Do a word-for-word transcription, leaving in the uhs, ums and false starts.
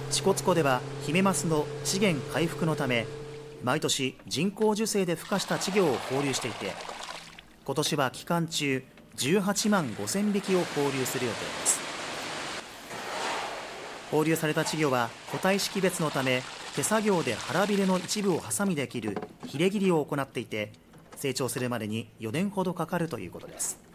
支笏湖ではヒメマスの資源回復のため毎年人工授精で孵化した稚魚を放流していて、今年は期間中じゅうはちまんごせんびきを放流する予定です。放流された稚魚は個体識別のため手作業で腹びれの一部をハサミで切るヒレ切りを行っていて、成長するまでによねんほどかかるということです。